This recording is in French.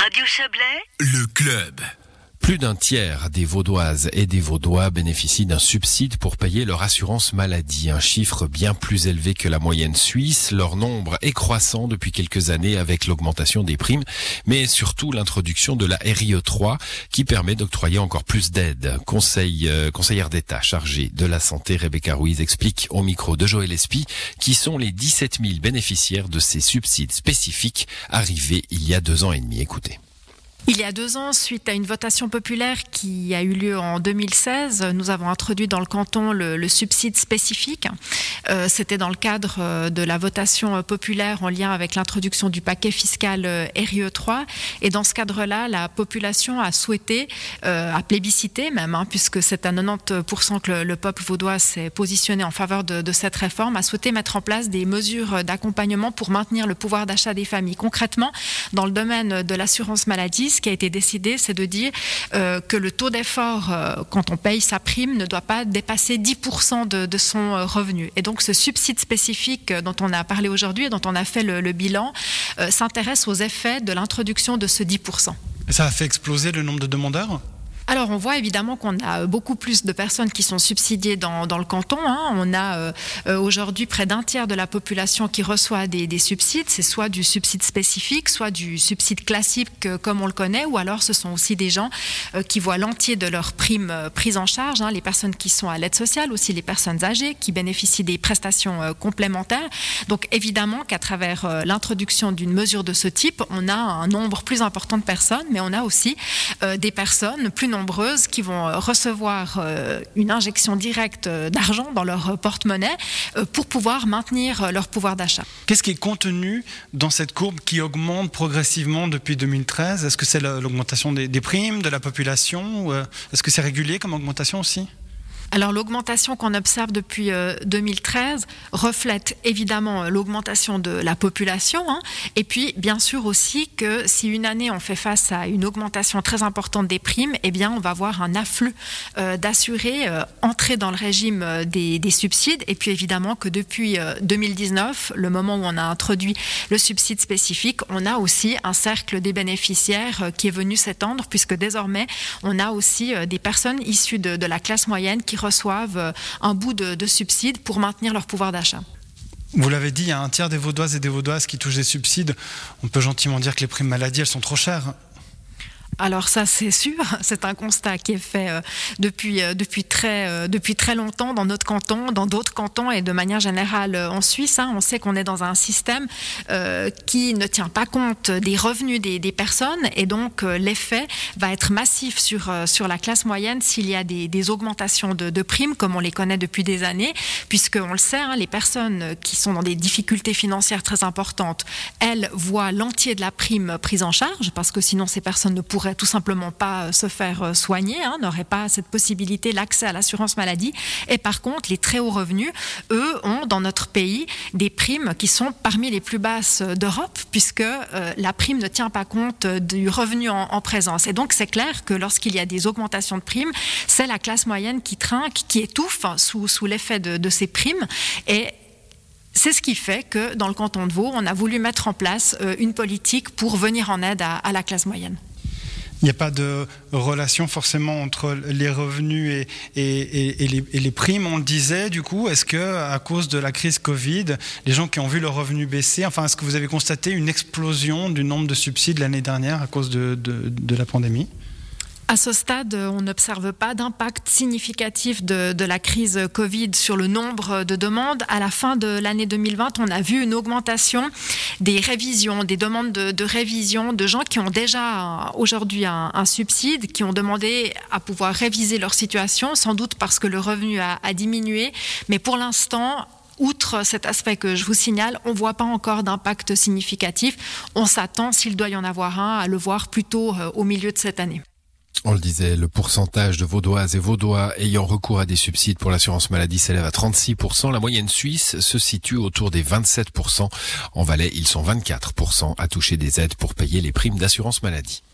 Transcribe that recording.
Radio Chablais, le club. Plus d'un tiers des Vaudoises et des Vaudois bénéficient d'un subside pour payer leur assurance maladie, un chiffre bien plus élevé que la moyenne suisse. Leur nombre est croissant depuis quelques années avec l'augmentation des primes, mais surtout l'introduction de la RIE3 qui permet d'octroyer encore plus d'aide. Conseillère d'État chargée de la santé, Rebecca Ruiz explique au micro de Joël Espy qui sont les 17 000 bénéficiaires de ces subsides spécifiques arrivés il y a 2 ans et demi. Écoutez. Il y a 2 ans, suite à une votation populaire qui a eu lieu en 2016, nous avons introduit dans le canton le subside spécifique. C'était dans le cadre de la votation populaire en lien avec l'introduction du paquet fiscal RIE3. Et dans ce cadre-là, la population a souhaité, a plébiscité même, puisque c'est à 90% que le peuple vaudois s'est positionné en faveur de cette réforme, a souhaité mettre en place des mesures d'accompagnement pour maintenir le pouvoir d'achat des familles. Concrètement, dans le domaine de l'assurance maladie, ce qui a été décidé, c'est de dire que le taux d'effort, quand on paye sa prime, ne doit pas dépasser 10% de son revenu. Et donc ce subside spécifique dont on a parlé aujourd'hui et dont on a fait le bilan s'intéresse aux effets de l'introduction de ce 10%. Ça a fait exploser le nombre de demandeurs ? Alors on voit évidemment qu'on a beaucoup plus de personnes qui sont subsidiées dans le canton. On a aujourd'hui près d'un tiers de la population qui reçoit des subsides. C'est soit du subside spécifique, soit du subside classique comme on le connaît, ou alors ce sont aussi des gens qui voient l'entier de leur prime prise en charge. Les personnes qui sont à l'aide sociale, aussi les personnes âgées qui bénéficient des prestations complémentaires. Donc évidemment qu'à travers l'introduction d'une mesure de ce type, on a un nombre plus important de personnes, mais on a aussi des personnes plus nombreuses qui vont recevoir une injection directe d'argent dans leur porte-monnaie pour pouvoir maintenir leur pouvoir d'achat. Qu'est-ce qui est contenu dans cette courbe qui augmente progressivement depuis 2013 ? Est-ce que c'est l'augmentation des primes, de la population ? Est-ce que c'est régulier comme augmentation aussi ? Alors l'augmentation qu'on observe depuis 2013 reflète évidemment l'augmentation de la population, et puis bien sûr aussi que si une année on fait face à une augmentation très importante des primes, eh bien on va avoir un afflux d'assurés entrer dans le régime des subsides, et puis évidemment que depuis 2019, le moment où on a introduit le subside spécifique, on a aussi un cercle des bénéficiaires qui est venu s'étendre, puisque désormais on a aussi des personnes issues de la classe moyenne qui reçoivent un bout de subside pour maintenir leur pouvoir d'achat. Vous l'avez dit, il y a un tiers des Vaudoises et des Vaudoises qui touchent des subsides. On peut gentiment dire que les primes maladie, elles sont trop chères. Alors ça, c'est sûr, c'est un constat qui est fait depuis très longtemps dans notre canton, dans d'autres cantons et de manière générale en Suisse. On sait qu'on est dans un système qui ne tient pas compte des revenus des personnes, et donc l'effet va être massif sur la classe moyenne s'il y a des augmentations de primes comme on les connaît depuis des années, puisqu'on le sait, les personnes qui sont dans des difficultés financières très importantes, elles voient l'entier de la prime prise en charge, parce que sinon ces personnes ne pourraient tout simplement pas se faire soigner, n'auraient pas cette possibilité, l'accès à l'assurance maladie. Et par contre, les très hauts revenus, eux, ont dans notre pays des primes qui sont parmi les plus basses d'Europe, puisque la prime ne tient pas compte du revenu en présence. Et donc c'est clair que lorsqu'il y a des augmentations de primes, c'est la classe moyenne qui trinque, qui étouffe sous l'effet de ces primes. Et c'est ce qui fait que dans le canton de Vaud, on a voulu mettre en place une politique pour venir en aide à la classe moyenne. Il n'y a pas de relation forcément entre les revenus et les primes, on le disait du coup. Est-ce que à cause de la crise Covid, les gens qui ont vu leurs revenus baisser, est-ce que vous avez constaté une explosion du nombre de subsides l'année dernière à cause de la pandémie ? À ce stade, on n'observe pas d'impact significatif de la crise Covid sur le nombre de demandes. À la fin de l'année 2020, on a vu une augmentation des révisions, des demandes de révision de gens qui ont déjà aujourd'hui un subside, qui ont demandé à pouvoir réviser leur situation, sans doute parce que le revenu a diminué. Mais pour l'instant, outre cet aspect que je vous signale, on ne voit pas encore d'impact significatif. On s'attend, s'il doit y en avoir un, à le voir plutôt au milieu de cette année. On le disait, le pourcentage de Vaudoises et Vaudois ayant recours à des subsides pour l'assurance maladie s'élève à 36%. La moyenne suisse se situe autour des 27%. En Valais, ils sont 24% à toucher des aides pour payer les primes d'assurance maladie.